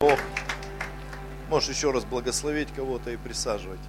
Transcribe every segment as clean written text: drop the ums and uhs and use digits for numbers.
Бог. Можешь еще раз благословить кого-то и присаживайтесь.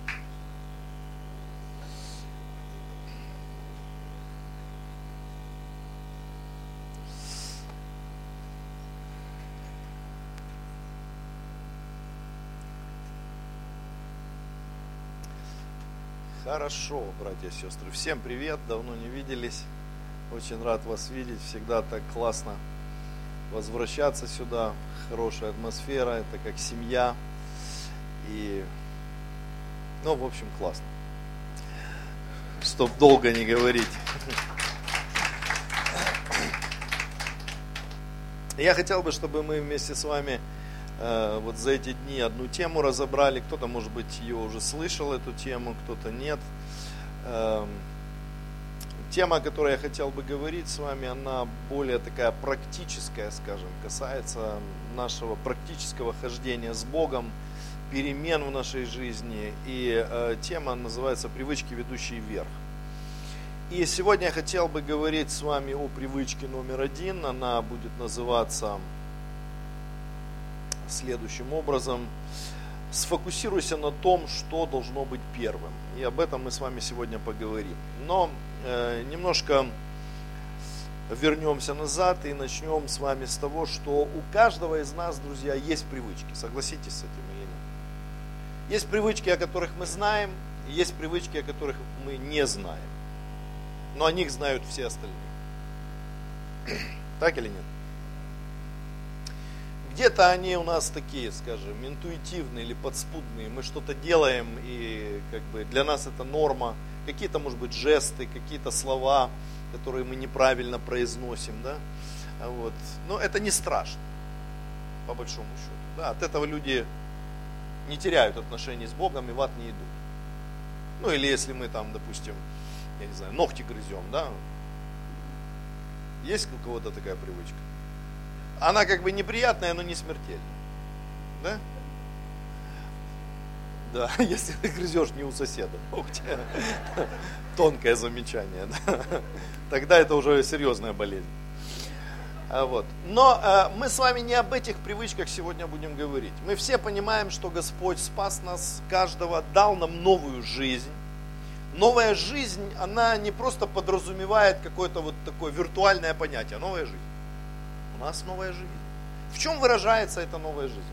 Хорошо, братья и сестры. Всем привет, давно не виделись. Очень рад вас видеть. Всегда так классно возвращаться сюда. Хорошая атмосфера, это как семья. И, в общем, классно. Чтоб долго не говорить. Я хотел бы, чтобы мы вместе с вами вот за эти дни одну тему разобрали. Кто-то, может быть, ее уже слышал, эту тему, кто-то нет. Тема, о которой я хотел бы говорить с вами, она более такая практическая, скажем, касается нашего практического хождения с Богом, перемен в нашей жизни. И тема называется «Привычки, ведущие вверх». И сегодня я хотел бы говорить с вами о привычке номер 1. Она будет называться следующим образом: сфокусируйся на том, что должно быть первым. И об этом мы с вами сегодня поговорим. Но немножко вернемся назад и начнем с вами с того, что у каждого из нас, друзья, есть привычки. Согласитесь с этим или нет? Есть привычки, о которых мы знаем, и есть привычки, о которых мы не знаем. Но о них знают все остальные. Так или нет? Где-то они у нас такие, скажем, интуитивные или подспудные. Мы что-то делаем, и для нас это норма. Какие-то, может быть, жесты, какие-то слова, которые мы неправильно произносим, да? Вот. Но это не страшно, по большому счету. Да? От этого люди не теряют отношений с Богом и в ад не идут. Или если мы там, допустим, я не знаю, ногти грызем, да? Есть у кого-то такая привычка? Она неприятная, но не смертельная. Да? Да, если ты грызешь не у соседа. Тонкое замечание. Да? Тогда это уже серьезная болезнь. Вот. Но мы с вами не об этих привычках сегодня будем говорить. Мы все понимаем, что Господь спас нас, каждого, дал нам новую жизнь. Новая жизнь, она не просто подразумевает какое-то вот такое виртуальное понятие. Новая жизнь. У нас новая жизнь. В чем выражается эта новая жизнь?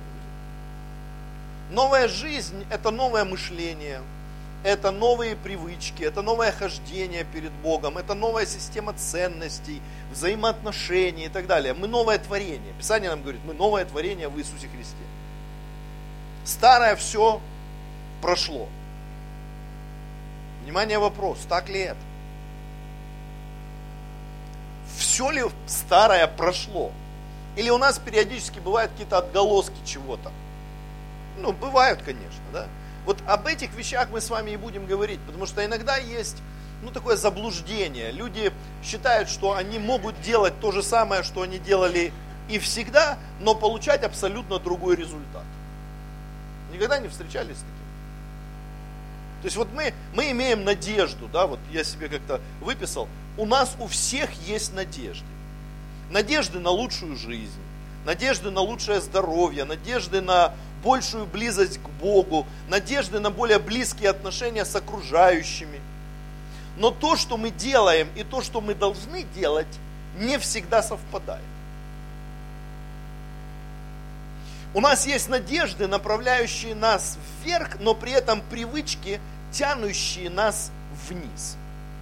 Новая жизнь – это новое мышление, это новые привычки, это новое хождение перед Богом, это новая система ценностей, взаимоотношений и так далее. Мы новое творение. Писание нам говорит, мы новое творение в Иисусе Христе. Старое все прошло. Внимание, вопрос, так ли это? Все ли старое прошло? Или у нас периодически бывают какие-то отголоски чего-то? Бывают, конечно, да. Вот об этих вещах мы с вами и будем говорить, потому что иногда есть, такое заблуждение. Люди считают, что они могут делать то же самое, что они делали и всегда, но получать абсолютно другой результат. Никогда не встречались с таким? То есть вот мы имеем надежду, да, вот я себе как-то выписал, у нас у всех есть надежды. Надежды на лучшую жизнь, надежды на лучшее здоровье, надежды на большую близость к Богу, надежды на более близкие отношения с окружающими. Но то, что мы делаем, и то, что мы должны делать, не всегда совпадает. У нас есть надежды, направляющие нас вверх, но при этом привычки, тянущие нас вниз.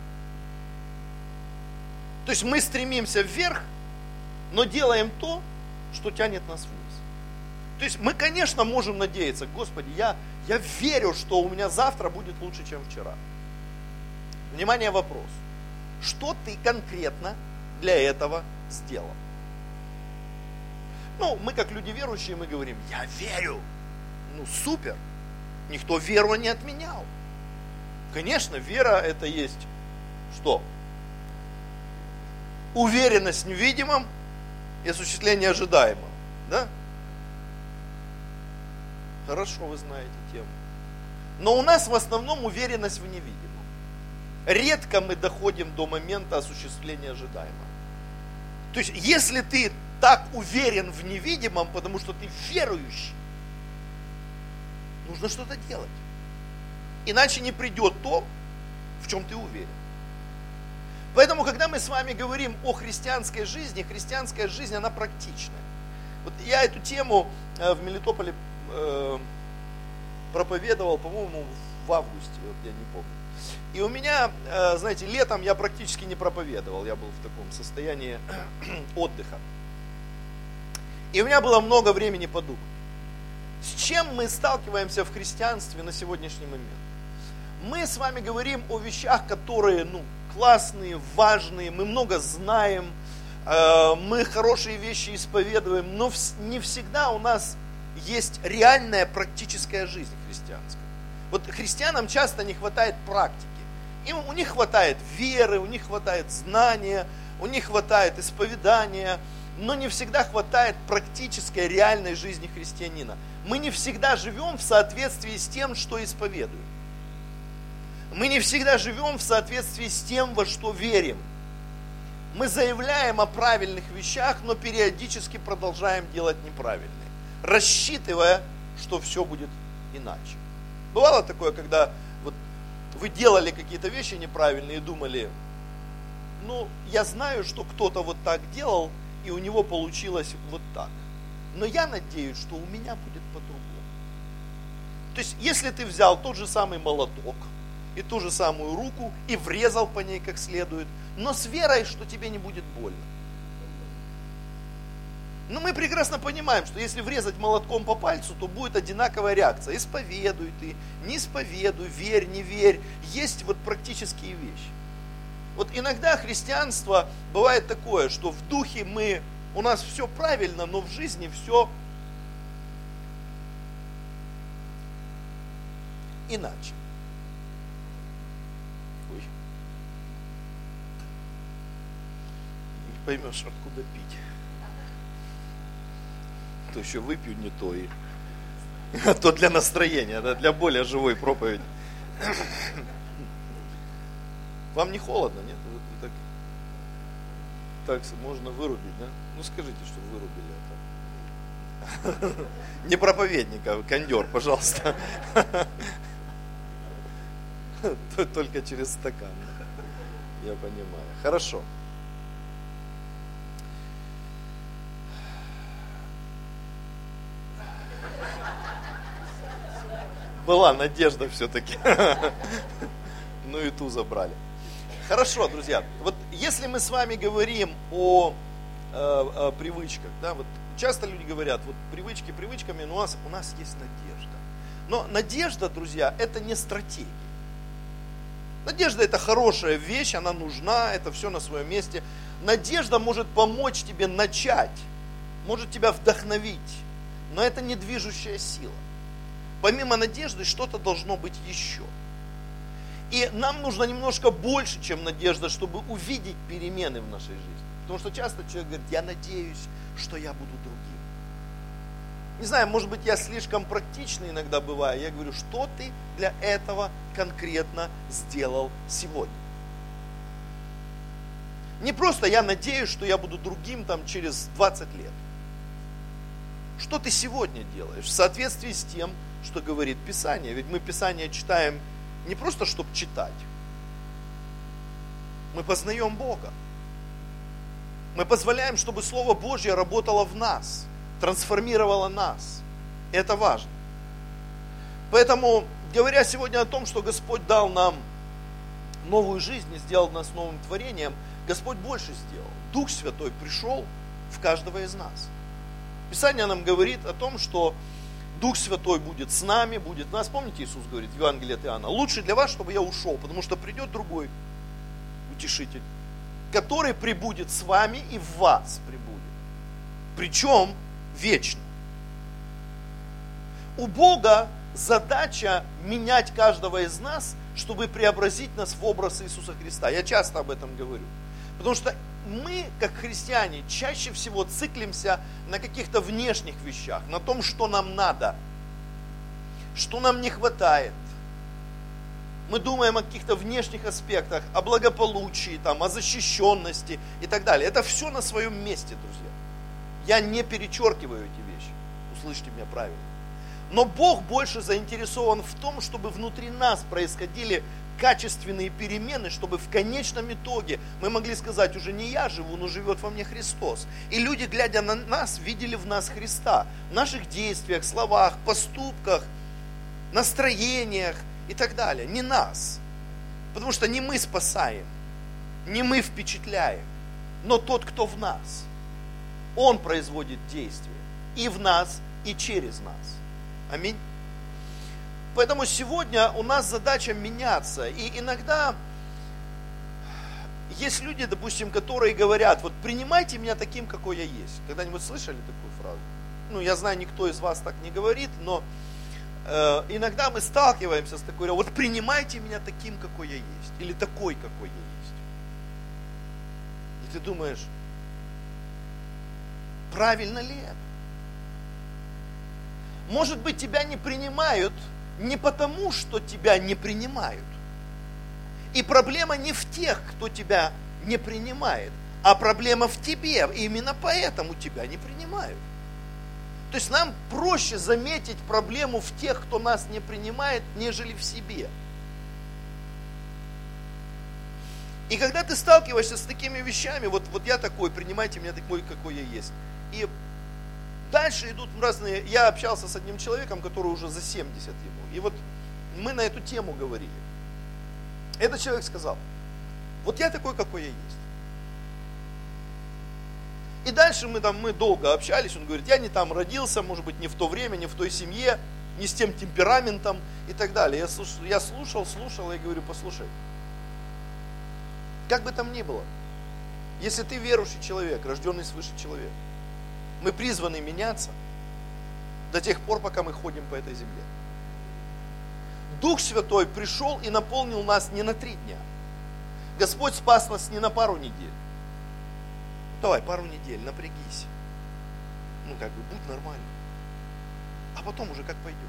То есть мы стремимся вверх, но делаем то, что тянет нас вниз. То есть мы, конечно, можем надеяться, Господи, я верю, что у меня завтра будет лучше, чем вчера. Внимание, вопрос. Что ты конкретно для этого сделал? Мы как люди верующие, мы говорим, я верю. Супер. Никто веру не отменял. Конечно, вера это есть что? Уверенность в невидимом и осуществление ожидаемого. Да? Хорошо, вы знаете тему. Но у нас в основном уверенность в невидимом. Редко мы доходим до момента осуществления ожидаемого. То есть, если ты так уверен в невидимом, потому что ты верующий. Нужно что-то делать. Иначе не придет то, в чем ты уверен. Поэтому, когда мы с вами говорим о христианская жизнь, она практичная. Вот я эту тему в Мелитополе проповедовал, по-моему, в августе, вот я не помню. И у меня, знаете, летом я практически не проповедовал, я был в таком состоянии отдыха. И у меня было много времени подумать. С чем мы сталкиваемся в христианстве на сегодняшний момент? Мы с вами говорим о вещах, которые, классные, важные, мы много знаем, мы хорошие вещи исповедуем, но не всегда у нас есть реальная практическая жизнь христианская. Вот христианам часто не хватает практики. У них хватает веры, у них хватает знания, у них хватает исповедания, но не всегда хватает практической реальной жизни христианина. Мы не всегда живем в соответствии с тем, что исповедуем. Мы не всегда живем в соответствии с тем, во что верим. Мы заявляем о правильных вещах, но периодически продолжаем делать неправильные, рассчитывая, что все будет иначе. Бывало такое, когда вот вы делали какие-то вещи неправильные и думали, я знаю, что кто-то вот так делал, и у него получилось вот так. Но я надеюсь, что у меня будет по-другому. То есть, если ты взял тот же самый молоток и ту же самую руку и врезал по ней как следует, но с верой, что тебе не будет больно. Но мы прекрасно понимаем, что если врезать молотком по пальцу, то будет одинаковая реакция. Исповедуй ты, не исповедуй, верь, не верь. Есть вот практические вещи. Вот иногда христианство бывает такое, что в духе у нас все правильно, но в жизни все иначе. Ой. Не поймешь, откуда пить. То еще выпью не то, а то для настроения, для более живой проповеди. Вам не холодно, нет? Вы так можно вырубить, да? Скажите, что вырубили это. Не проповедника, кондер, пожалуйста. Только через стакан. Я понимаю. Хорошо. Была надежда все-таки. И ту забрали. Хорошо, друзья. Вот если мы с вами говорим о привычках, да, вот часто люди говорят, вот привычки привычками, но у нас есть надежда. Но надежда, друзья, это не стратегия. Надежда это хорошая вещь, она нужна, это все на своем месте. Надежда может помочь тебе начать, может тебя вдохновить, но это не движущая сила. Помимо надежды что-то должно быть еще. И нам нужно немножко больше, чем надежда, чтобы увидеть перемены в нашей жизни. Потому что часто человек говорит, я надеюсь, что я буду другим. Не знаю, может быть, я слишком практичный иногда бываю. Я говорю, что ты для этого конкретно сделал сегодня? Не просто я надеюсь, что я буду другим через 20 лет. Что ты сегодня делаешь в соответствии с тем, что говорит Писание? Ведь мы Писание читаем не просто, чтобы читать. Мы познаем Бога. Мы позволяем, чтобы Слово Божье работало в нас, трансформировало нас. Это важно. Поэтому, говоря сегодня о том, что Господь дал нам новую жизнь и сделал нас новым творением, Господь больше сделал. Дух Святой пришел в каждого из нас. Писание нам говорит о том, что Дух Святой будет с нами, будет в нас. Помните, Иисус говорит в Евангелии от Иоанна, лучше для вас, чтобы я ушел, потому что придет другой утешитель, который пребудет с вами и в вас пребудет. Причем вечно. У Бога задача менять каждого из нас, чтобы преобразить нас в образ Иисуса Христа. Я часто об этом говорю. Потому что мы, как христиане, чаще всего циклимся на каких-то внешних вещах, на том, что нам надо, что нам не хватает. Мы думаем о каких-то внешних аспектах, о благополучии, о защищенности и так далее. Это все на своем месте, друзья. Я не перечеркиваю эти вещи. Услышьте меня правильно. Но Бог больше заинтересован в том, чтобы внутри нас происходили качественные перемены, чтобы в конечном итоге мы могли сказать, уже не я живу, но живет во мне Христос. И люди, глядя на нас, видели в нас Христа. В наших действиях, словах, поступках, настроениях и так далее. Не нас. Потому что не мы спасаем, не мы впечатляем, но тот, кто в нас. Он производит действия и в нас, и через нас. Аминь. Поэтому сегодня у нас задача меняться. И иногда есть люди, допустим, которые говорят, вот принимайте меня таким, какой я есть. Когда-нибудь слышали такую фразу? Ну, я знаю, никто из вас так не говорит, но иногда мы сталкиваемся с такой, вот принимайте меня таким, какой я есть. Или такой, какой я есть. И ты думаешь, правильно ли это? Может быть, тебя не принимают не потому, что тебя не принимают. И проблема не в тех, кто тебя не принимает, а проблема в тебе. И именно поэтому тебя не принимают. То есть нам проще заметить проблему в тех, кто нас не принимает, нежели в себе. И когда ты сталкиваешься с такими вещами, вот я такой, принимайте меня такой, какой я есть. И дальше идут разные... Я общался с одним человеком, который уже за 70 ему. И вот мы на эту тему говорили. Этот человек сказал, вот я такой, какой я есть. И дальше мы долго общались, он говорит, я не там родился, может быть, не в то время, не в той семье, не с тем темпераментом и так далее. Я слушал, и говорю, послушай, как бы там ни было, если ты верующий человек, рожденный свыше человек, мы призваны меняться до тех пор, пока мы ходим по этой земле. Дух Святой пришел и наполнил нас не на 3 дня. Господь спас нас не на пару недель. Давай, пару недель, напрягись. Будь нормальным. А потом уже как пойдет.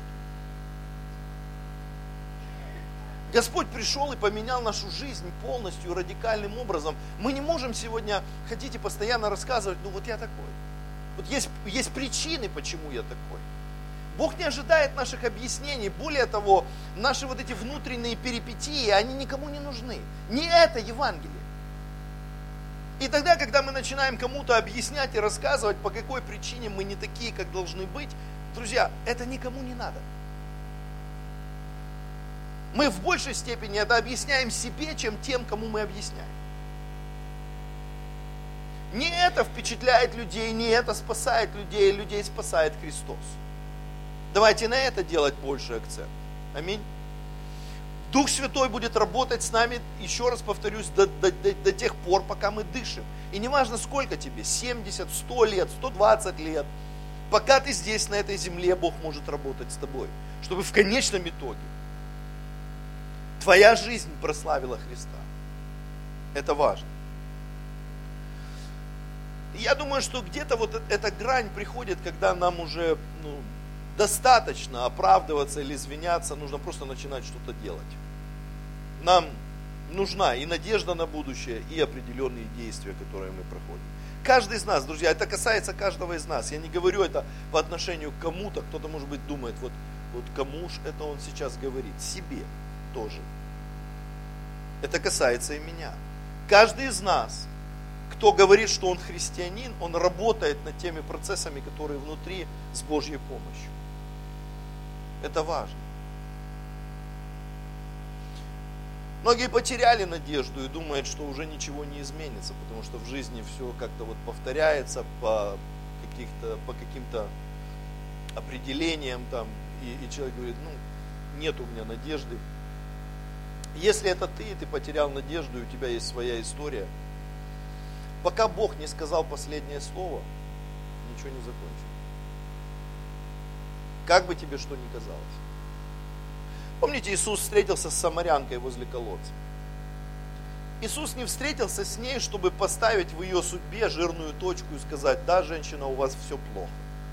Господь пришел и поменял нашу жизнь полностью, радикальным образом. Мы не можем сегодня ходить и постоянно рассказывать, вот я такой. Вот есть причины, почему я такой. Бог не ожидает наших объяснений. Более того, наши вот эти внутренние перипетии, они никому не нужны. Не это Евангелие. И тогда, когда мы начинаем кому-то объяснять и рассказывать, по какой причине мы не такие, как должны быть, друзья, это никому не надо. Мы в большей степени это объясняем себе, чем тем, кому мы объясняем. Не это впечатляет людей, не это спасает людей, людей спасает Христос. Давайте на это делать больше акцент. Аминь. Дух Святой будет работать с нами, еще раз повторюсь, до тех пор, пока мы дышим. И неважно, сколько тебе, 70, 100 лет, 120 лет, пока ты здесь, на этой земле, Бог может работать с тобой. Чтобы в конечном итоге твоя жизнь прославила Христа. Это важно. Я думаю, что где-то вот эта грань приходит, когда нам уже достаточно оправдываться или извиняться, нужно просто начинать что-то делать. Нам нужна и надежда на будущее, и определенные действия, которые мы проходим. Каждый из нас, друзья, это касается каждого из нас. Я не говорю это по отношению к кому-то, кто-то, может быть, думает, вот кому ж это он сейчас говорит, себе тоже. Это касается и меня. Каждый из нас, кто говорит, что он христианин, он работает над теми процессами, которые внутри, с Божьей помощью. Это важно. Многие потеряли надежду и думают, что уже ничего не изменится, потому что в жизни все как-то повторяется по каким-то определениям там, и человек говорит, нет у меня надежды. Если это ты потерял надежду, и у тебя есть своя история, пока Бог не сказал последнее слово, ничего не закончится. Как бы тебе что ни казалось. Помните, Иисус встретился с самарянкой возле колодца. Иисус не встретился с ней, чтобы поставить в ее судьбе жирную точку и сказать, да, женщина, у вас все плохо.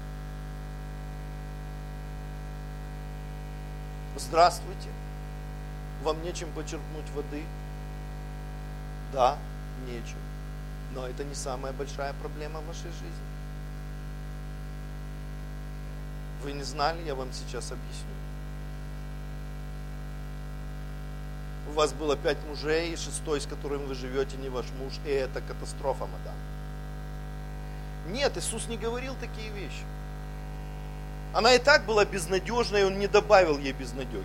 Здравствуйте. Вам нечем почерпнуть воды? Да, нечем. Но это не самая большая проблема в вашей жизни. Вы не знали, я вам сейчас объясню. У вас было 5 мужей, и 6, с которым вы живете, не ваш муж, и это катастрофа, мадам. Нет, Иисус не говорил такие вещи. Она и так была безнадежной, и Он не добавил ей безнадеги.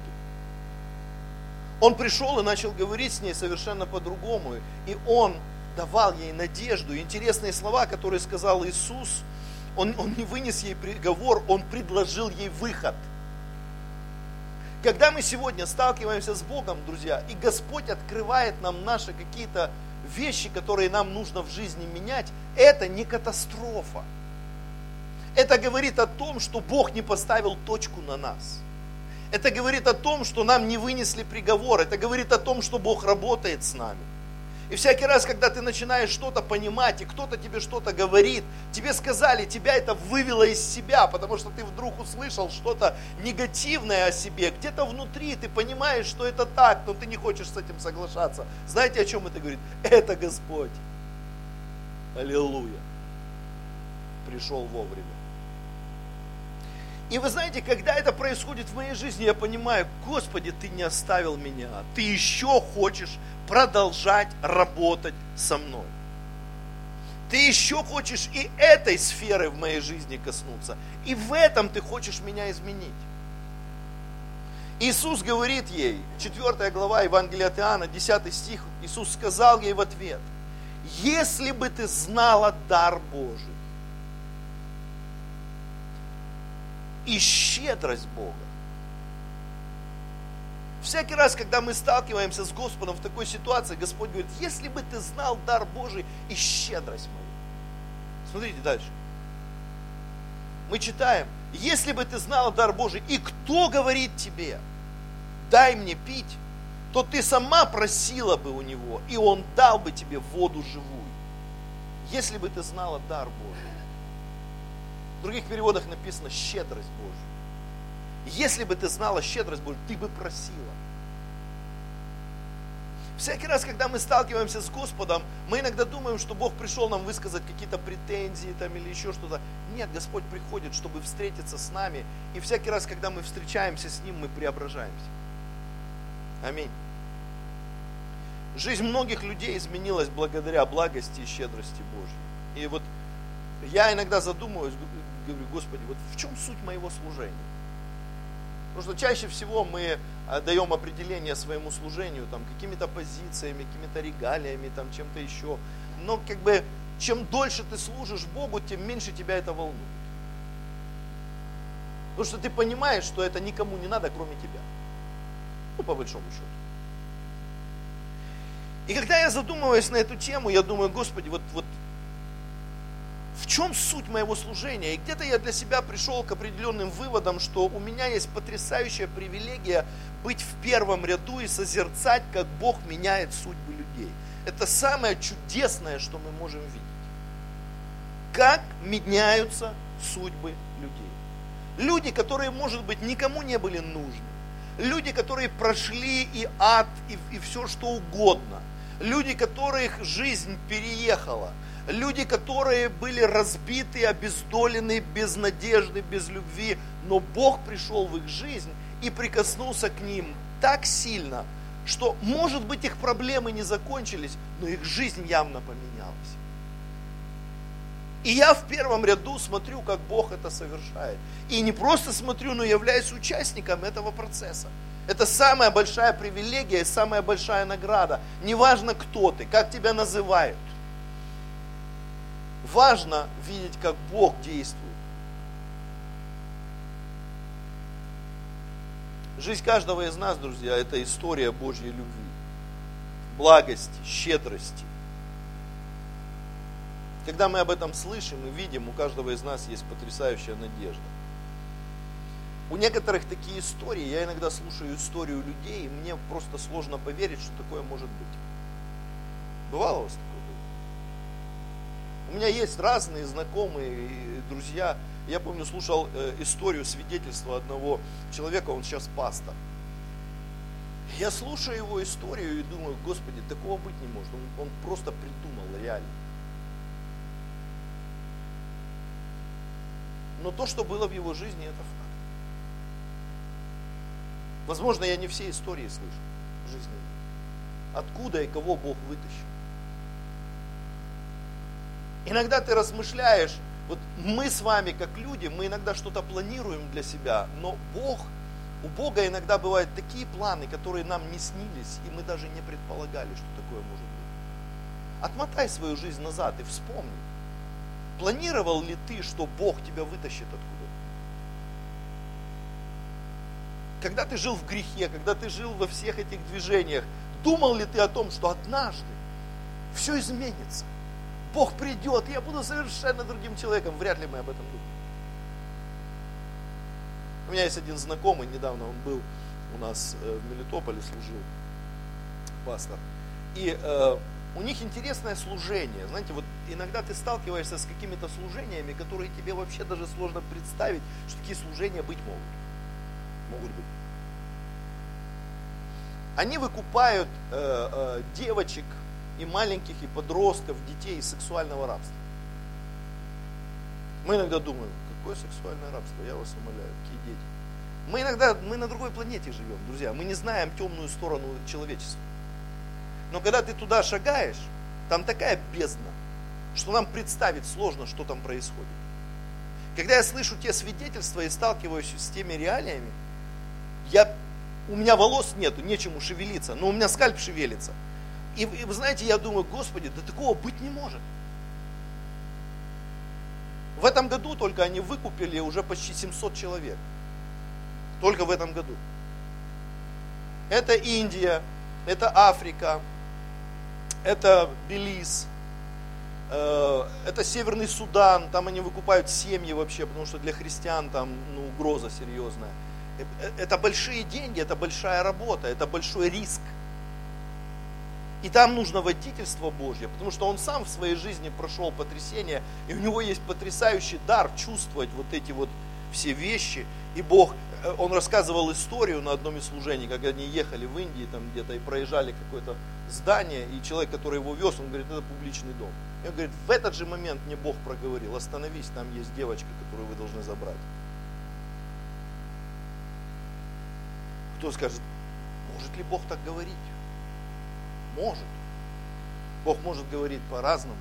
Он пришел и начал говорить с ней совершенно по-другому, и Он давал ей надежду. Интересные слова, которые сказал Иисус, Он не вынес ей приговор, Он предложил ей выход. Когда мы сегодня сталкиваемся с Богом, друзья, и Господь открывает нам наши какие-то вещи, которые нам нужно в жизни менять, это не катастрофа. Это говорит о том, что Бог не поставил точку на нас. Это говорит о том, что нам не вынесли приговор. Это говорит о том, что Бог работает с нами. И всякий раз, когда ты начинаешь что-то понимать, и кто-то тебе что-то говорит, тебе сказали, тебя это вывело из себя, потому что ты вдруг услышал что-то негативное о себе. Где-то внутри ты понимаешь, что это так, но ты не хочешь с этим соглашаться. Знаете, о чем это говорит? Это Господь. Аллилуйя. Пришел вовремя. И вы знаете, когда это происходит в моей жизни, я понимаю, Господи, Ты не оставил меня, Ты еще хочешь продолжать работать со мной. Ты еще хочешь и этой сферы в моей жизни коснуться, и в этом Ты хочешь меня изменить. Иисус говорит ей, 4 глава Евангелия от Иоанна, 10 стих, Иисус сказал ей в ответ: если бы ты знала дар Божий, и щедрость Бога. Всякий раз, когда мы сталкиваемся с Господом в такой ситуации, Господь говорит: если бы ты знал дар Божий и щедрость мою. Смотрите дальше. Мы читаем: если бы ты знал дар Божий, и кто говорит тебе, дай мне пить, то ты сама просила бы у него, и он дал бы тебе воду живую. Если бы ты знала дар Божий. В других переводах написано щедрость Божия. Если бы ты знала щедрость Божию, ты бы просила. Всякий раз, когда мы сталкиваемся с Господом, мы иногда думаем, что Бог пришел нам высказать какие-то претензии там, или еще что-то. Нет, Господь приходит, чтобы встретиться с нами. И всякий раз, когда мы встречаемся с Ним, мы преображаемся. Аминь. Жизнь многих людей изменилась благодаря благости и щедрости Божьей. И вот я иногда задумываюсь, говорю: Господи, вот в чем суть моего служения? Потому что чаще всего мы даем определение своему служению там, какими-то позициями, какими-то регалиями, там, чем-то еще. Но как бы, чем дольше ты служишь Богу, тем меньше тебя это волнует. Потому что ты понимаешь, что это никому не надо, кроме тебя. Ну, по большому счету. И когда я задумываюсь на эту тему, я думаю: Господи, вот в чем суть моего служения? И где-то я для себя пришел к определенным выводам, что у меня есть потрясающая привилегия быть в первом ряду и созерцать, как Бог меняет судьбы людей. Это самое чудесное, что мы можем видеть. Как меняются судьбы людей. Люди, которые, может быть, никому не были нужны. Люди, которые прошли и ад, и все что угодно. Люди, которых жизнь переехала. Люди, которые были разбиты, обездолены, без надежды, без любви, но Бог пришел в их жизнь и прикоснулся к ним так сильно, что, может быть, их проблемы не закончились, но их жизнь явно поменялась. И я в первом ряду смотрю, как Бог это совершает. И не просто смотрю, но являюсь участником этого процесса. Это самая большая привилегия, самая большая награда. Неважно, кто ты, как тебя называют. Важно видеть, как Бог действует. Жизнь каждого из нас, друзья, это история Божьей любви, благости, щедрости. Когда мы об этом слышим и видим, у каждого из нас есть потрясающая надежда. У некоторых такие истории, я иногда слушаю историю людей, и мне просто сложно поверить, что такое может быть. Бывало у вас такое? У меня есть разные знакомые и друзья. Я помню, слушал историю, свидетельство одного человека, он сейчас пастор. Я слушаю его историю и думаю: Господи, такого быть не может. Он просто придумал, реально. Но то, что было в его жизни, это факт. Возможно, я не все истории слышу жизненные. Откуда и кого Бог вытащил. Иногда ты размышляешь, вот мы с вами, как люди, мы иногда что-то планируем для себя, но у Бога иногда бывают такие планы, которые нам не снились, и мы даже не предполагали, что такое может быть. Отмотай свою жизнь назад и вспомни, планировал ли ты, что Бог тебя вытащит откуда-то? Когда ты жил в грехе, когда ты жил во всех этих движениях, думал ли ты о том, что однажды все изменится? Бог придет, и я буду совершенно другим человеком. Вряд ли мы об этом думаем. У меня есть один знакомый, недавно он был у нас в Мелитополе, служил, пастор. И у них интересное служение. Знаете, вот иногда ты сталкиваешься с какими-то служениями, которые тебе вообще даже сложно представить, что такие служения быть могут. Могут быть. Они выкупают девочек, и маленьких, и подростков, детей из сексуального рабства. Мы иногда думаем, какое сексуальное рабство, я вас умоляю, какие дети. Мы на другой планете живем, друзья, мы не знаем темную сторону человечества. Но когда ты туда шагаешь, там такая бездна, что нам представить сложно, что там происходит. Когда я слышу те свидетельства и сталкиваюсь с теми реалиями, у меня волос нету, нечему шевелиться, но у меня скальп шевелится. И вы знаете, я думаю, Господи, да такого быть не может. В этом году только они выкупили уже почти 700 человек. Только в этом году. Это Индия, это Африка, это Белиз, это Северный Судан, там они выкупают семьи вообще, потому что для христиан там угроза серьезная. Это большие деньги, это большая работа, это большой риск. И там нужно водительство Божье, потому что он сам в своей жизни прошел потрясение, и у него есть потрясающий дар чувствовать вот эти вот все вещи. И Бог, он рассказывал историю на одном из служений, как они ехали в Индии там где-то и проезжали какое-то здание, и человек, который его вез, он говорит, это публичный дом. И он говорит, в этот же момент мне Бог проговорил, остановись, там есть девочка, которую вы должны забрать. Кто скажет, может ли Бог так говорить? Может. Бог может говорить по-разному.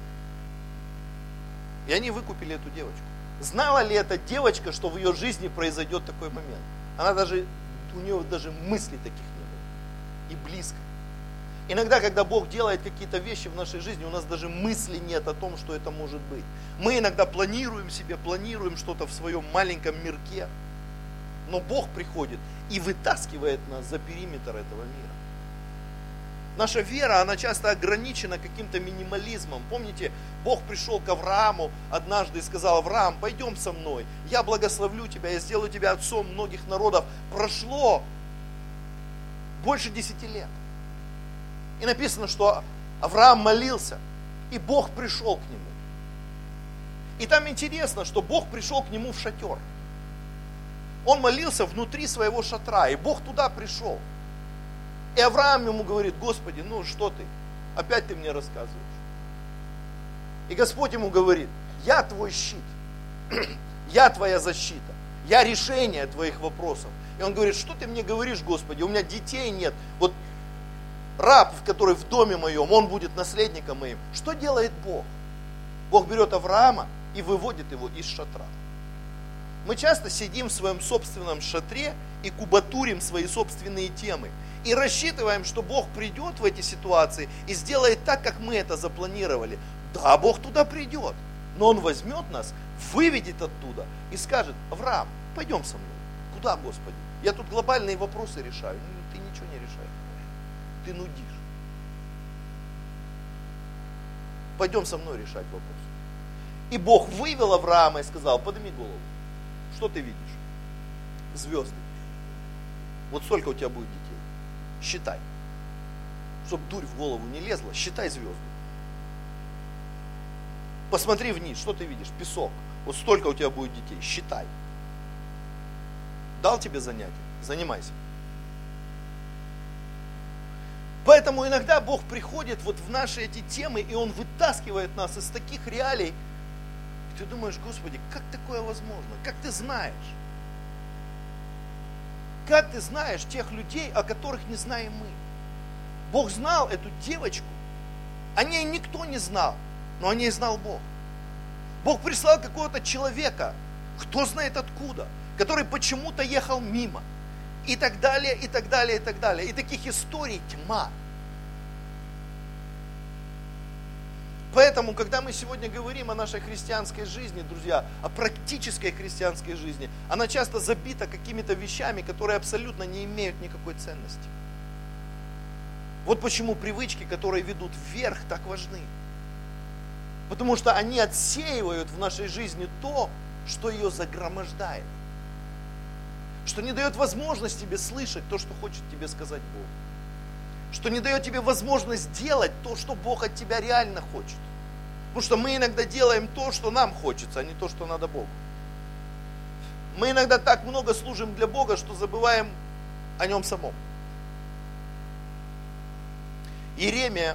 И они выкупили эту девочку. Знала ли эта девочка, что в ее жизни произойдет такой момент? У нее даже мыслей таких не было. И близко. Иногда, когда Бог делает какие-то вещи в нашей жизни, у нас даже мысли нет о том, что это может быть. Мы иногда планируем что-то в своем маленьком мирке. Но Бог приходит и вытаскивает нас за периметр этого мира. Наша вера, она часто ограничена каким-то минимализмом. Помните, Бог пришел к Аврааму однажды и сказал, Авраам, пойдем со мной, я благословлю тебя, я сделаю тебя отцом многих народов. Прошло больше 10 лет. И написано, что Авраам молился, и Бог пришел к нему. И там интересно, что Бог пришел к нему в шатер. Он молился внутри своего шатра, и Бог туда пришел. И Авраам ему говорит, Господи, что ты? Опять ты мне рассказываешь. И Господь ему говорит, я твой щит, я твоя защита, я решение твоих вопросов. И он говорит, что ты мне говоришь, Господи, у меня детей нет. Вот раб, который в доме моем, он будет наследником моим. Что делает Бог? Бог берет Авраама и выводит его из шатра. Мы часто сидим в своем собственном шатре и кубатурим свои собственные темы. И рассчитываем, что Бог придет в эти ситуации и сделает так, как мы это запланировали. Да, Бог туда придет, но Он возьмет нас, выведет оттуда и скажет, Авраам, пойдем со мной. Куда, Господи? Я тут глобальные вопросы решаю. Ты ничего не решаешь. Ты нудишь. Пойдем со мной решать вопрос. И Бог вывел Авраама и сказал, подними голову. Что ты видишь? Звезды. Вот сколько у тебя будет детей? Считай. Чтоб дурь в голову не лезла, считай звезды. Посмотри вниз, что ты видишь? Песок. Вот столько у тебя будет детей, считай. Дал тебе занятие? Занимайся. Поэтому иногда Бог приходит вот в наши эти темы, и Он вытаскивает нас из таких реалий. И ты думаешь, Господи, как такое возможно? Как ты знаешь? как ты знаешь тех людей, о которых не знаем мы? Бог знал эту девочку, о ней никто не знал, но о ней знал Бог. Бог прислал какого-то человека, кто знает откуда, который почему-то ехал мимо. И так далее, и так далее, и так далее. И таких историй тьма. Поэтому, когда мы сегодня говорим о нашей христианской жизни, друзья, о практической христианской жизни, она часто забита какими-то вещами, которые абсолютно не имеют никакой ценности. Вот почему привычки, которые ведут вверх, так важны. Потому что они отсеивают в нашей жизни то, что ее загромождает. Что не дает возможность тебе слышать то, что хочет тебе сказать Бог. Что не дает тебе возможность делать то, что Бог от тебя реально хочет. Потому что мы иногда делаем то, что нам хочется, а не то, что надо Богу. Мы иногда так много служим для Бога, что забываем о Нем самом. Иеремия,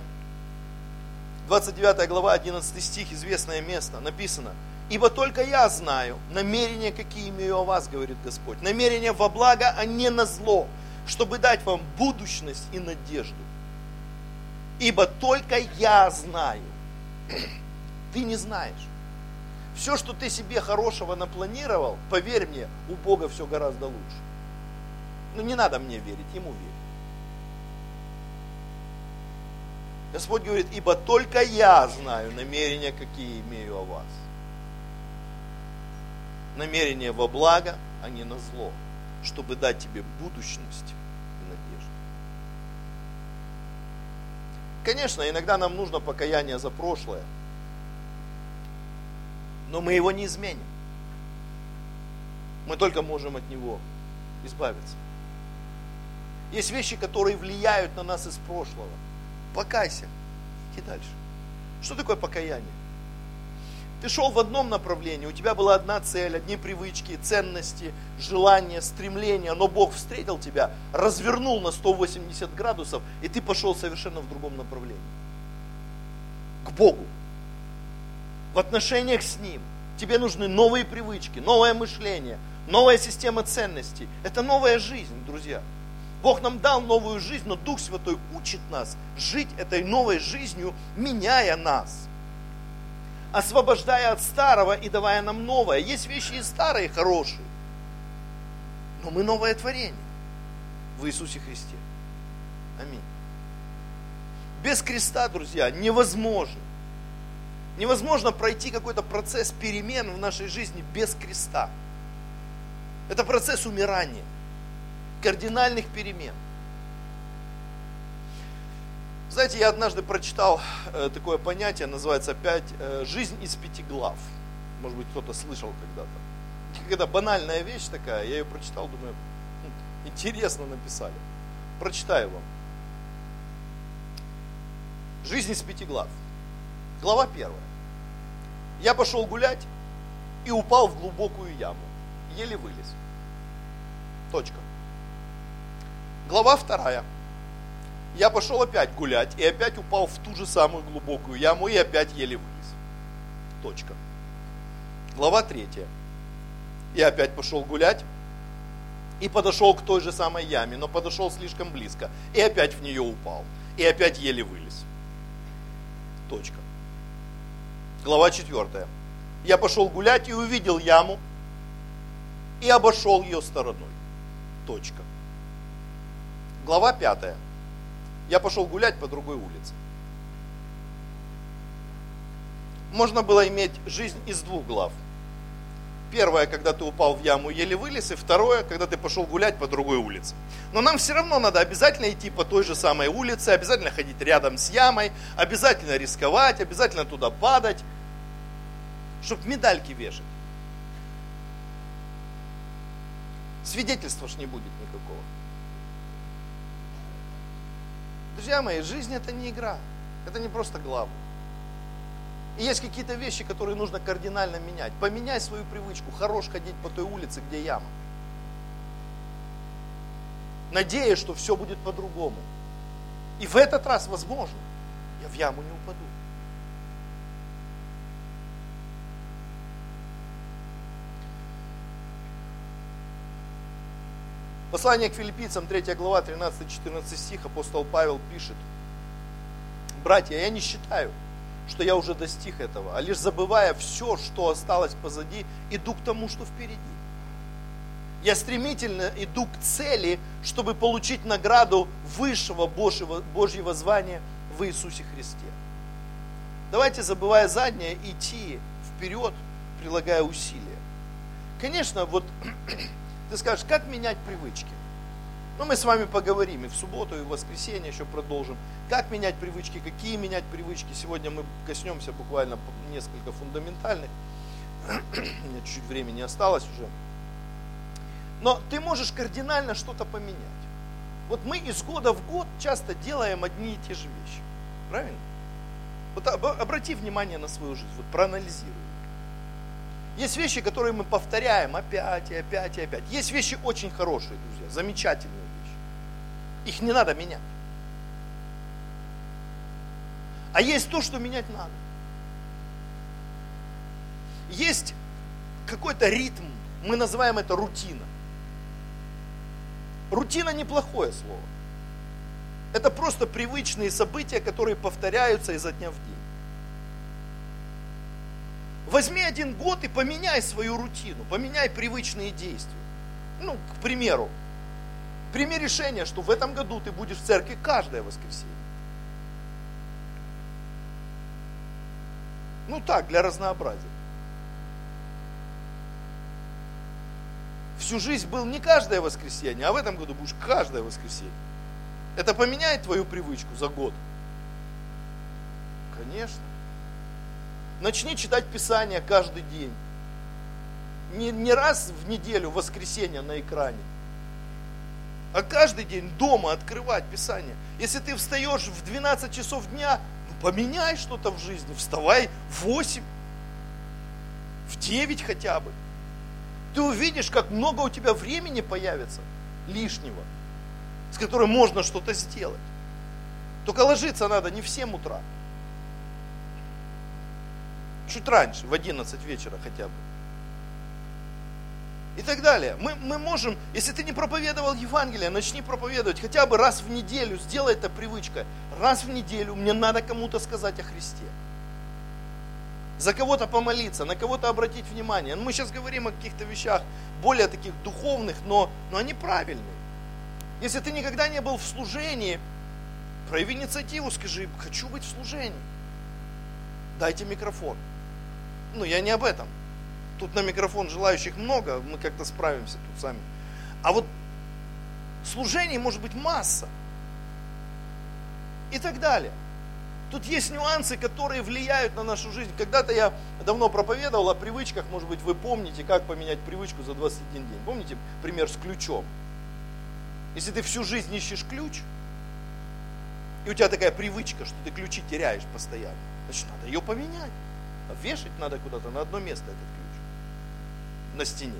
29 глава, 11 стих, известное место, написано: «Ибо только я знаю намерения, какие имею о вас, говорит Господь, намерения во благо, а не на зло, чтобы дать вам будущность и надежду. Ибо только я знаю». Ты не знаешь. Все, что ты себе хорошего напланировал, поверь мне, у Бога все гораздо лучше. Но не надо мне верить, Ему верь. Господь говорит: ибо только я знаю намерения, какие имею о вас. Намерения во благо, а не на зло, чтобы дать тебе будущность и надежду. Конечно, иногда нам нужно покаяние за прошлое, но мы его не изменим. Мы только можем от него избавиться. Есть вещи, которые влияют на нас из прошлого. Покайся, иди дальше. Что такое покаяние? Ты шел в одном направлении, у тебя была одна цель, одни привычки, ценности, желания, стремления, но Бог встретил тебя, развернул на 180 градусов, и ты пошел совершенно в другом направлении. К Богу. В отношениях с Ним. Тебе нужны новые привычки, новое мышление, новая система ценностей. Это новая жизнь, друзья. Бог нам дал новую жизнь, но Дух Святой учит нас жить этой новой жизнью, меняя нас. Освобождая от старого и давая нам новое. Есть вещи и старые, хорошие. Но мы новое творение в Иисусе Христе. Аминь. Без креста, друзья, невозможно. Невозможно пройти какой-то процесс перемен в нашей жизни без креста. Это процесс умирания, кардинальных перемен. Знаете, я однажды прочитал такое понятие, называется «Жизнь из 5 глав». Может быть, кто-то слышал когда-то. Какая-то банальная вещь такая, я ее прочитал, думаю, интересно написали. Прочитаю вам. «Жизнь из 5 глав». Глава 1. Я пошел гулять и упал в глубокую яму. Еле вылез. Точка. Глава 2. Я пошел опять гулять и опять упал в ту же самую глубокую яму и опять еле вылез. Точка. Глава 3. Я опять пошел гулять и подошел к той же самой яме, но подошел слишком близко и опять в нее упал. И опять еле вылез. Точка. Глава 4. Я пошел гулять и увидел яму и обошел ее стороной. Точка. Глава 5. Я пошел гулять по другой улице. Можно было иметь жизнь из 2 глав. Первое, когда ты упал в яму и еле вылез, и второе, когда ты пошел гулять по другой улице. Но нам все равно надо обязательно идти по той же самой улице, обязательно ходить рядом с ямой, обязательно рисковать, обязательно туда падать, чтобы медальки вешать. Свидетельства ж не будет никакого. Друзья мои, жизнь это не игра, это не просто главы. И есть какие-то вещи, которые нужно кардинально менять. Поменяй свою привычку, хорош ходить по той улице, где яма. Надеясь, что все будет по-другому. И в этот раз, возможно, я в яму не упаду. Послание к Филиппийцам, 3 глава, 13-14 стих, апостол Павел пишет: «Братья, я не считаю, что я уже достиг этого, а лишь забывая все, что осталось позади, иду к тому, что впереди. Я стремительно иду к цели, чтобы получить награду высшего Божьего звания в Иисусе Христе». Давайте, забывая заднее, идти вперед, прилагая усилия. Конечно, вот ты скажешь, как менять привычки? Ну, мы с вами поговорим и в субботу, и в воскресенье еще продолжим. Как менять привычки, какие менять привычки. Сегодня мы коснемся буквально несколько фундаментальных. У меня чуть-чуть времени осталось уже. Но ты можешь кардинально что-то поменять. Вот мы из года в год часто делаем одни и те же вещи. Правильно? Вот обрати внимание на свою жизнь, вот проанализируй. Есть вещи, которые мы повторяем опять и опять и опять. Есть вещи очень хорошие, друзья, замечательные вещи. Их не надо менять. А есть то, что менять надо. Есть какой-то ритм, мы называем это рутина. Рутина неплохое слово. Это просто привычные события, которые повторяются изо дня в день. Возьми один год и поменяй свою рутину, поменяй привычные действия. Ну, к примеру, прими решение, что в этом году ты будешь в церкви каждое воскресенье. Ну так, для разнообразия. Всю жизнь был не каждое воскресенье, а в этом году будешь каждое воскресенье. Это поменяет твою привычку за год? Конечно. Начни читать Писание каждый день. Не раз в неделю, в воскресенье на экране, а каждый день дома открывать Писание. Если ты встаешь в 12 часов дня, ну, поменяй что-то в жизни. Вставай в 8, в 9 хотя бы. Ты увидишь, как много у тебя времени появится лишнего, с которым можно что-то сделать. Только ложиться надо не в 7 утра. Чуть раньше, в 11 вечера хотя бы. И так далее. Мы можем, если ты не проповедовал Евангелие, начни проповедовать хотя бы раз в неделю, сделай это привычкой. Раз в неделю мне надо кому-то сказать о Христе. За кого-то помолиться, на кого-то обратить внимание. Мы сейчас говорим о каких-то вещах более таких духовных, но они правильные. Если ты никогда не был в служении, прояви инициативу, скажи: хочу быть в служении. Дайте микрофон. Ну, я не об этом. Тут на микрофон желающих много, мы как-то справимся тут сами. А вот служений может быть масса. И так далее. Тут есть нюансы, которые влияют на нашу жизнь. Когда-то я давно проповедовал о привычках, может быть, вы помните, как поменять привычку за 21 день. Помните пример с ключом? Если ты всю жизнь ищешь ключ, и у тебя такая привычка, что ты ключи теряешь постоянно, значит, надо ее поменять. А вешать надо куда-то на одно место этот ключ. На стене.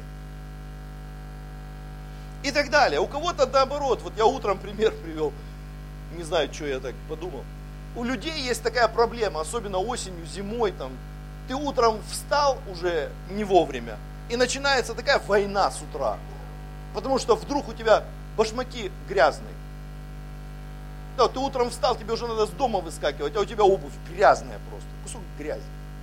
И так далее. У кого-то наоборот. Вот я утром пример привел. Не знаю, что я так подумал. У людей есть такая проблема, особенно осенью, зимой. Там, ты утром встал уже не вовремя. И начинается такая война с утра. Потому что вдруг у тебя башмаки грязные. Да, ты утром встал, тебе уже надо с дома выскакивать, а у тебя обувь грязная просто. Кусок грязи.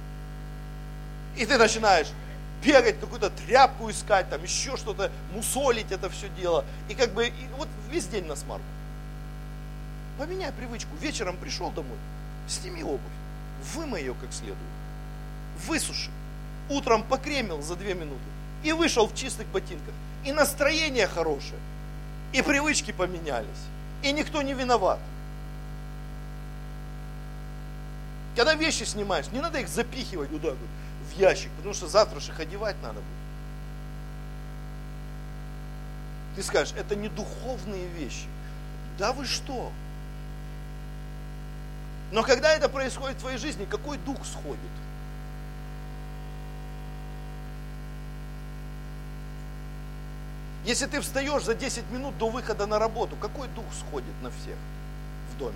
И ты начинаешь бегать, какую-то тряпку искать, там еще что-то, мусолить это все дело. И как бы, и вот весь день на смарку. Поменяй привычку. Вечером пришел домой, сними обувь, вымой ее как следует, высуши. Утром покремил за 2 минуты и вышел в чистых ботинках. И настроение хорошее, и привычки поменялись, и никто не виноват. Когда вещи снимаешь, не надо их запихивать вот так вот в ящик, потому что завтра же их одевать надо будет. Ты скажешь, это не духовные вещи. Да вы что? Но когда это происходит в твоей жизни, какой дух сходит? Если ты встаешь за 10 минут до выхода на работу, какой дух сходит на всех в доме?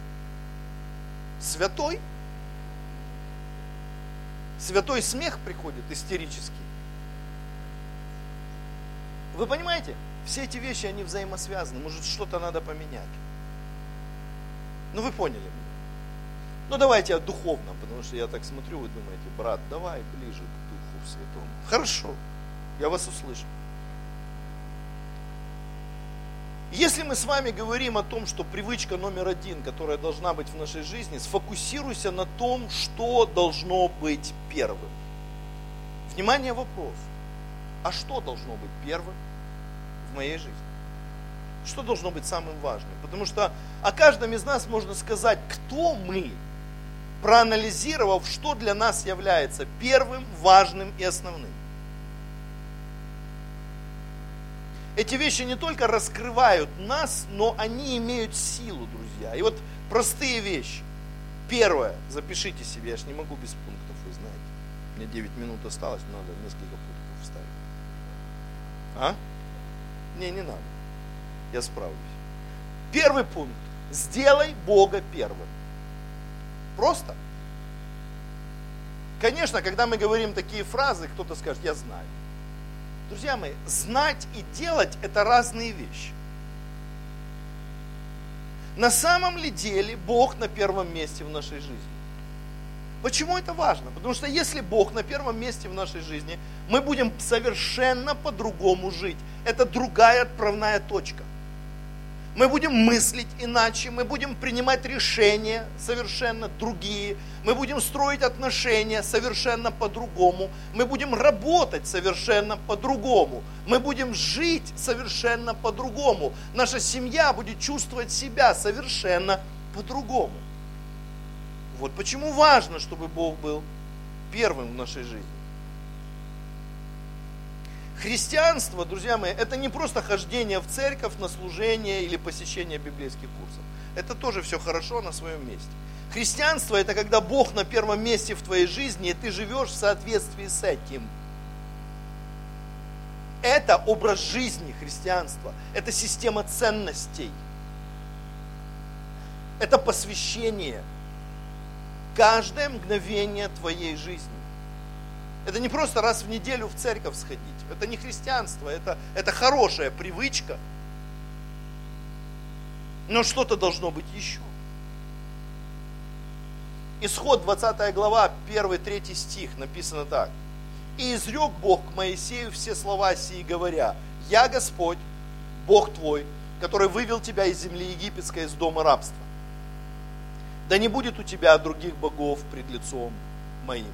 Святой? Святой смех приходит истерический. Вы понимаете? все эти вещи, они взаимосвязаны. Может, что-то надо поменять. Ну, вы поняли меня. Ну, давайте о духовном, потому что я так смотрю, вы думаете, брат, давай ближе к Духу Святому. Хорошо, я вас услышу. Если мы с вами говорим о том, что привычка номер 1, которая должна быть в нашей жизни, сфокусируйся на том, что должно быть первым. Внимание, вопрос. А что должно быть первым в моей жизни? Что должно быть самым важным? Потому что о каждом из нас можно сказать, кто мы, проанализировав, что для нас является первым, важным и основным. Эти вещи не только раскрывают нас, но они имеют силу, друзья. И вот простые вещи. Первое, запишите себе, я же не могу без пунктов, вы знаете. Мне 9 минут осталось, надо несколько пунктов вставить. А? Не надо. Я справлюсь. Первый пункт. Сделай Бога первым. Просто. Конечно, когда мы говорим такие фразы, кто-то скажет, я знаю. Друзья мои, знать и делать – это разные вещи. На самом ли деле Бог на первом месте в нашей жизни? Почему это важно? Потому что если Бог на первом месте в нашей жизни, мы будем совершенно по-другому жить. Это другая отправная точка. Мы будем мыслить иначе, мы будем принимать решения совершенно другие, мы будем строить отношения совершенно по-другому, мы будем работать совершенно по-другому, мы будем жить совершенно по-другому, наша семья будет чувствовать себя совершенно по-другому. Вот почему важно, чтобы Бог был первым в нашей жизни. Христианство, друзья мои, это не просто хождение в церковь на служение или посещение библейских курсов. Это тоже все хорошо на своем месте. Христианство – это когда Бог на первом месте в твоей жизни, и ты живешь в соответствии с этим. Это образ жизни христианства, это система ценностей, это посвящение, каждое мгновение твоей жизни. Это не просто раз в неделю в церковь сходить. Это не христианство, это хорошая привычка. Но что-то должно быть еще. Исход 20 глава, 1-3 стих, написано так. «И изрек Бог к Моисею все слова сии, говоря, Я Господь, Бог твой, который вывел тебя из земли египетской, из дома рабства. Да не будет у тебя других богов пред лицом моим».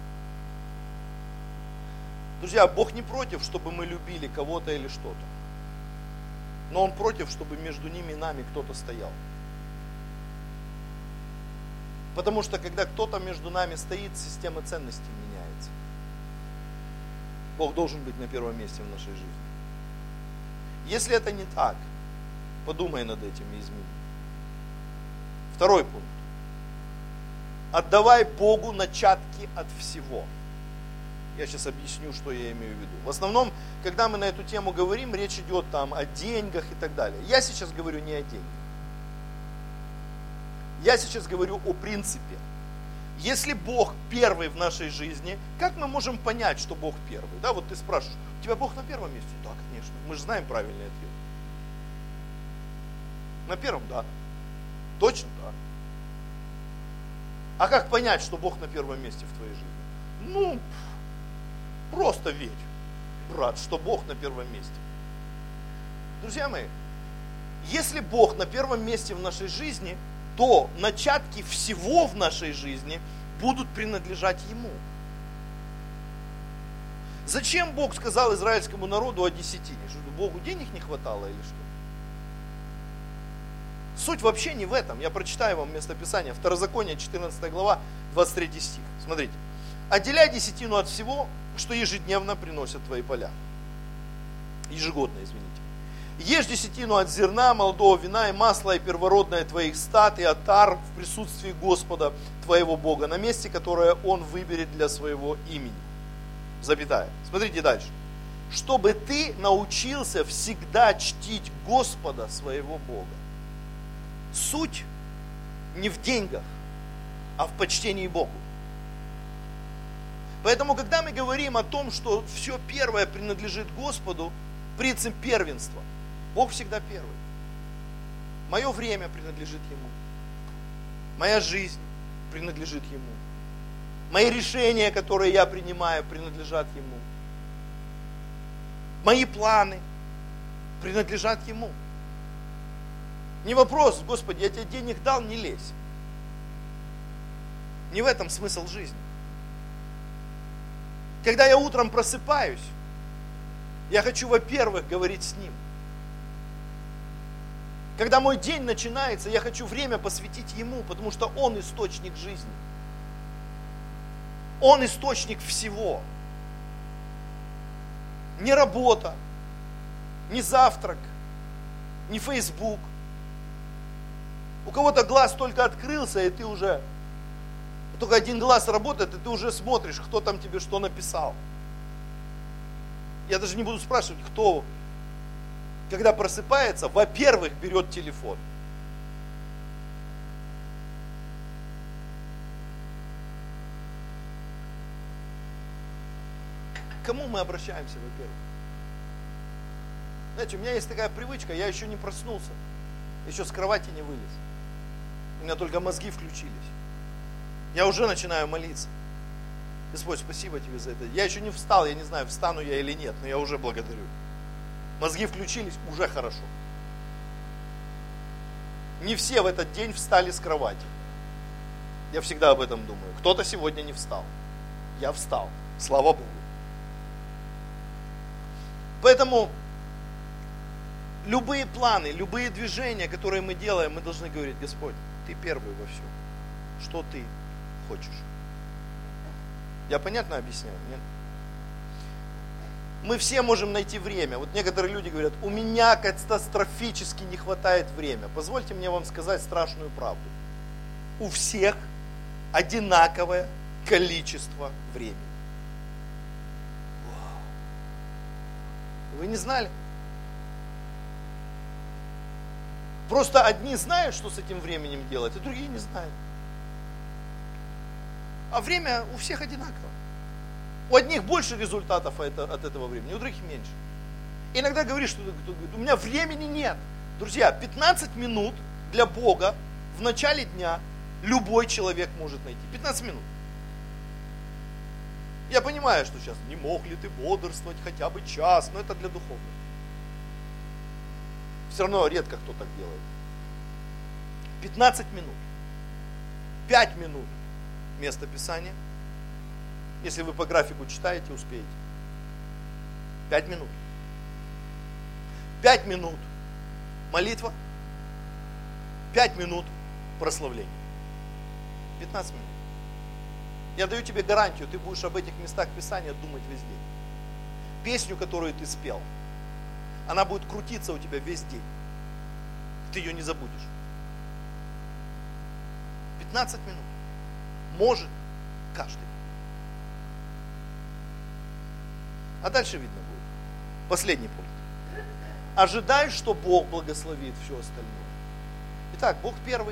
Друзья, Бог не против, чтобы мы любили кого-то или что-то. Но Он против, чтобы между ними и нами кто-то стоял. Потому что когда кто-то между нами стоит, система ценностей меняется. Бог должен быть на первом месте в нашей жизни. Если это не так, подумай над этим и измени. Второй пункт. Отдавай Богу начатки от всего. Я сейчас объясню, что я имею в виду. В основном, когда мы на эту тему говорим, речь идет там о деньгах и так далее. Я сейчас говорю не о деньгах. Я сейчас говорю о принципе. Если Бог первый в нашей жизни, как мы можем понять, что Бог первый? Да, вот ты спрашиваешь, у тебя Бог на первом месте? Да, конечно. Мы же знаем правильный ответ. На первом, да. Точно, да. А как понять, что Бог на первом месте в твоей жизни? Просто верь, брат, что Бог на первом месте. Друзья мои, если Бог на первом месте в нашей жизни, то начатки всего в нашей жизни будут принадлежать Ему. Зачем Бог сказал израильскому народу о десятине? Что Богу денег не хватало или что? Суть вообще не в этом. Я прочитаю вам местописание. Второзаконие, 14 глава, 23 стих. Смотрите. «Отделяй десятину от всего, что ежедневно приносят твои поля». Ежегодно, извините. «Ешь десятину от зерна, молодого вина и масла, и первородное твоих стад, и отар в присутствии Господа твоего Бога, на месте, которое Он выберет для своего имени». Запятая. Смотрите дальше. «Чтобы ты научился всегда чтить Господа своего Бога». Суть не в деньгах, а в почтении Богу. Поэтому, когда мы говорим о том, что все первое принадлежит Господу, Принцип первенства. Бог всегда первый. Мое время принадлежит Ему. Моя жизнь принадлежит Ему. Мои решения, которые я принимаю, принадлежат Ему. Мои планы принадлежат Ему. Не вопрос, Господи, я тебе денег дал, не лезь. Не в этом смысл жизни. Когда я утром просыпаюсь, я хочу, во-первых, говорить с Ним. Когда мой день начинается, я хочу время посвятить Ему, потому что Он источник жизни. Он источник всего. Не работа, не завтрак, не Facebook. У кого-то глаз только открылся, и ты уже, только один глаз работает, и ты уже смотришь, кто там тебе что написал. Я даже не буду спрашивать, кто, когда просыпается, во-первых, берет телефон. К кому мы обращаемся, во-первых? Знаете, у меня есть такая привычка, я еще не проснулся, еще с кровати не вылез. У меня только мозги включились. Я уже начинаю молиться. Господь, спасибо тебе за это. Я еще не встал, я не знаю, встану я или нет, но я уже благодарю. Мозги включились, уже хорошо. Не все в этот день встали с кровати. Я всегда об этом думаю. Кто-то сегодня не встал. Я встал. Слава Богу. Поэтому любые планы, любые движения, которые мы делаем, мы должны говорить: Господь, Ты первый во всем. Что Ты хочешь? Я понятно объясняю? Нет? Мы все можем найти время. Вот некоторые люди говорят: у меня катастрофически не хватает времени. Позвольте мне вам сказать страшную правду. У всех одинаковое количество времени. Вы не знали? Просто одни знают, что с этим временем делать, а другие не знают. А время у всех одинаково. У одних больше результатов от этого времени, у других меньше. Иногда говоришь, что у меня времени нет. Друзья, 15 минут для Бога в начале дня любой человек может найти. 15 минут. Я понимаю, что сейчас не мог ли ты бодрствовать хотя бы час, но это для духовных. Все равно редко кто так делает. 15 минут. 5 минут место Писания. Если вы по графику читаете, успеете. 5 минут. 5 минут молитва. 5 минут прославления. 15 минут. Я даю тебе гарантию, ты будешь об этих местах Писания думать весь день. Песню, которую ты спел, она будет крутиться у тебя весь день. Ты ее не забудешь. 15 минут. Может каждый. А дальше видно будет. Последний пункт. Ожидай, что Бог благословит все остальное. Итак, Бог первый.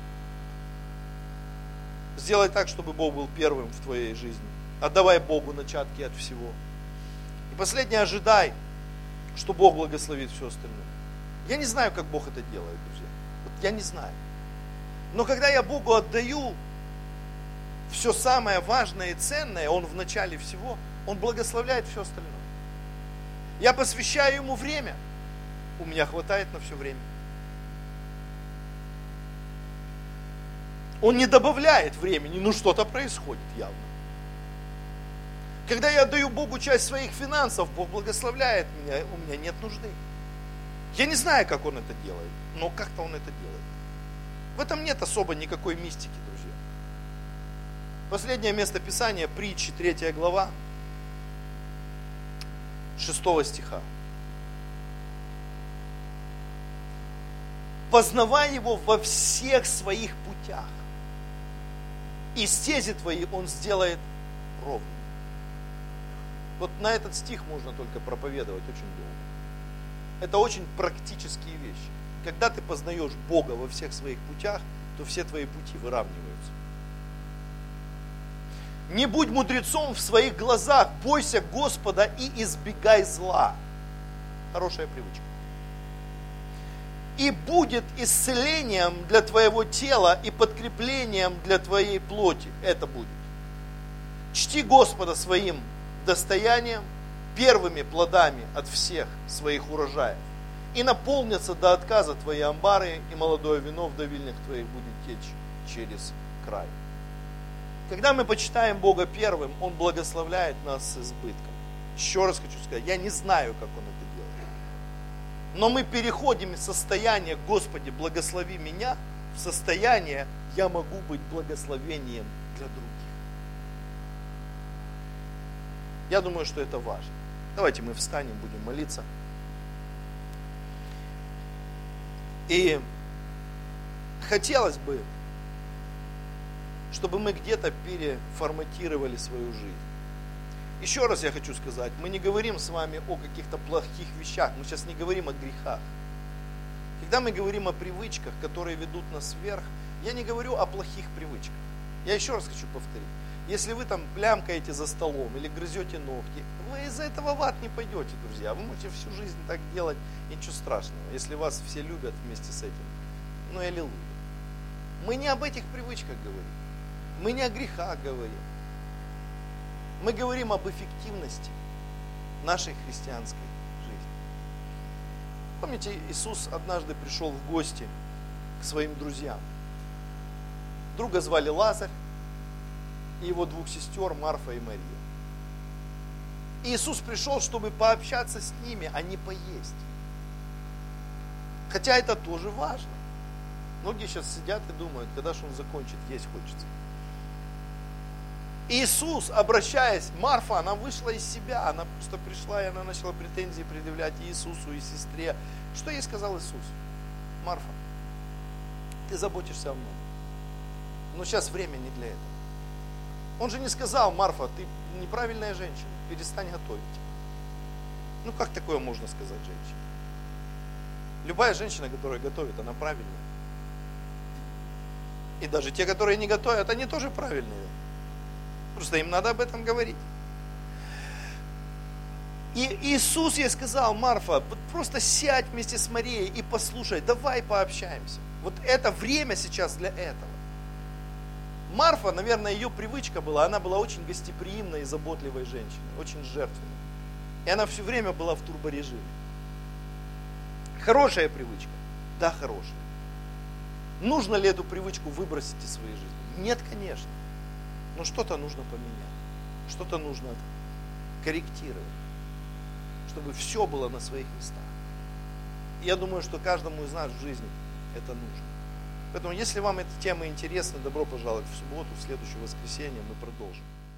Сделай так, чтобы Бог был первым в твоей жизни. Отдавай Богу начатки от всего. И последнее, ожидай, что Бог благословит все остальное. Я не знаю, как Бог это делает, друзья. Вот я не знаю. Но когда я Богу отдаю все самое важное и ценное, Он в начале всего, Он благословляет все остальное. Я посвящаю Ему время. У меня хватает на все время. Он не добавляет времени, но что-то происходит явно. Когда я отдаю Богу часть своих финансов, Бог благословляет меня, у меня нет нужды. Я не знаю, как Он это делает, но как-то Он это делает. В этом нет особо никакой мистики, друзья. Последнее место Писания, Притчи, 3 глава, 6 стиха. Познавай Его во всех своих путях, и стези твои Он сделает ровными. Вот на этот стих можно только проповедовать очень долго. Это очень практические вещи. Когда ты познаешь Бога во всех своих путях, то все твои пути выравниваются. Не будь мудрецом в своих глазах, бойся Господа и избегай зла. Хорошая привычка. И будет исцелением для твоего тела и подкреплением для твоей плоти. Это будет. Чти Господа своим достоянием, первыми плодами от всех своих урожаев. И наполнятся до отказа твои амбары, и молодое вино в давильнях твоих будет течь через край. Когда мы почитаем Бога первым, Он благословляет нас с избытком. Еще раз хочу сказать, я не знаю, как Он это делает. Но мы переходим из состояния «Господи, благослови меня» в состояние «Я могу быть благословением для других». Я думаю, что это важно. Давайте мы встанем, будем молиться. И хотелось бы, чтобы мы где-то переформатировали свою жизнь. Еще раз я хочу сказать, мы не говорим с вами о каких-то плохих вещах, мы сейчас не говорим о грехах. Когда мы говорим о привычках, которые ведут нас вверх, я не говорю о плохих привычках. Я еще раз хочу повторить. Если вы там плямкаете за столом или грызете ногти, вы из-за этого в ад не пойдете, друзья. Вы можете всю жизнь так делать, и ничего страшного, если вас все любят вместе с этим. Ну, аллилуйя. Мы не об этих привычках говорим. Мы не о грехах говорим. Мы говорим об эффективности нашей христианской жизни. Помните, Иисус однажды пришел в гости к своим друзьям. Друга звали Лазарь и его двух сестер Марфа и Мария. И Иисус пришел, чтобы пообщаться с ними, а не поесть. Хотя это тоже важно. Многие сейчас сидят и думают, когда же Он закончит, есть хочется. Иисус, обращаясь, Марфа, она вышла из себя, она просто пришла и она начала претензии предъявлять и Иисусу, и сестре. Что ей сказал Иисус? Марфа, ты заботишься о многом, но сейчас время не для этого. Он же не сказал, Марфа, ты неправильная женщина, перестань готовить. Ну как такое можно сказать женщине? Любая женщина, которая готовит, она правильная. И даже те, которые не готовят, они тоже правильные. Просто им надо об этом говорить. И Иисус ей сказал, Марфа, просто сядь вместе с Марией и послушай, давай пообщаемся. Вот это время сейчас для этого. Марфа, наверное, ее привычка была, она была очень гостеприимной и заботливой женщиной, очень жертвенной. И она все время была в турборежиме. Хорошая привычка? Да, хорошая. Нужно ли эту привычку выбросить из своей жизни? Нет, конечно. Но что-то нужно поменять, что-то нужно корректировать, чтобы все было на своих местах. И я думаю, что каждому из нас в жизни это нужно. Поэтому, если вам эта тема интересна, добро пожаловать в субботу, в следующее воскресенье мы продолжим.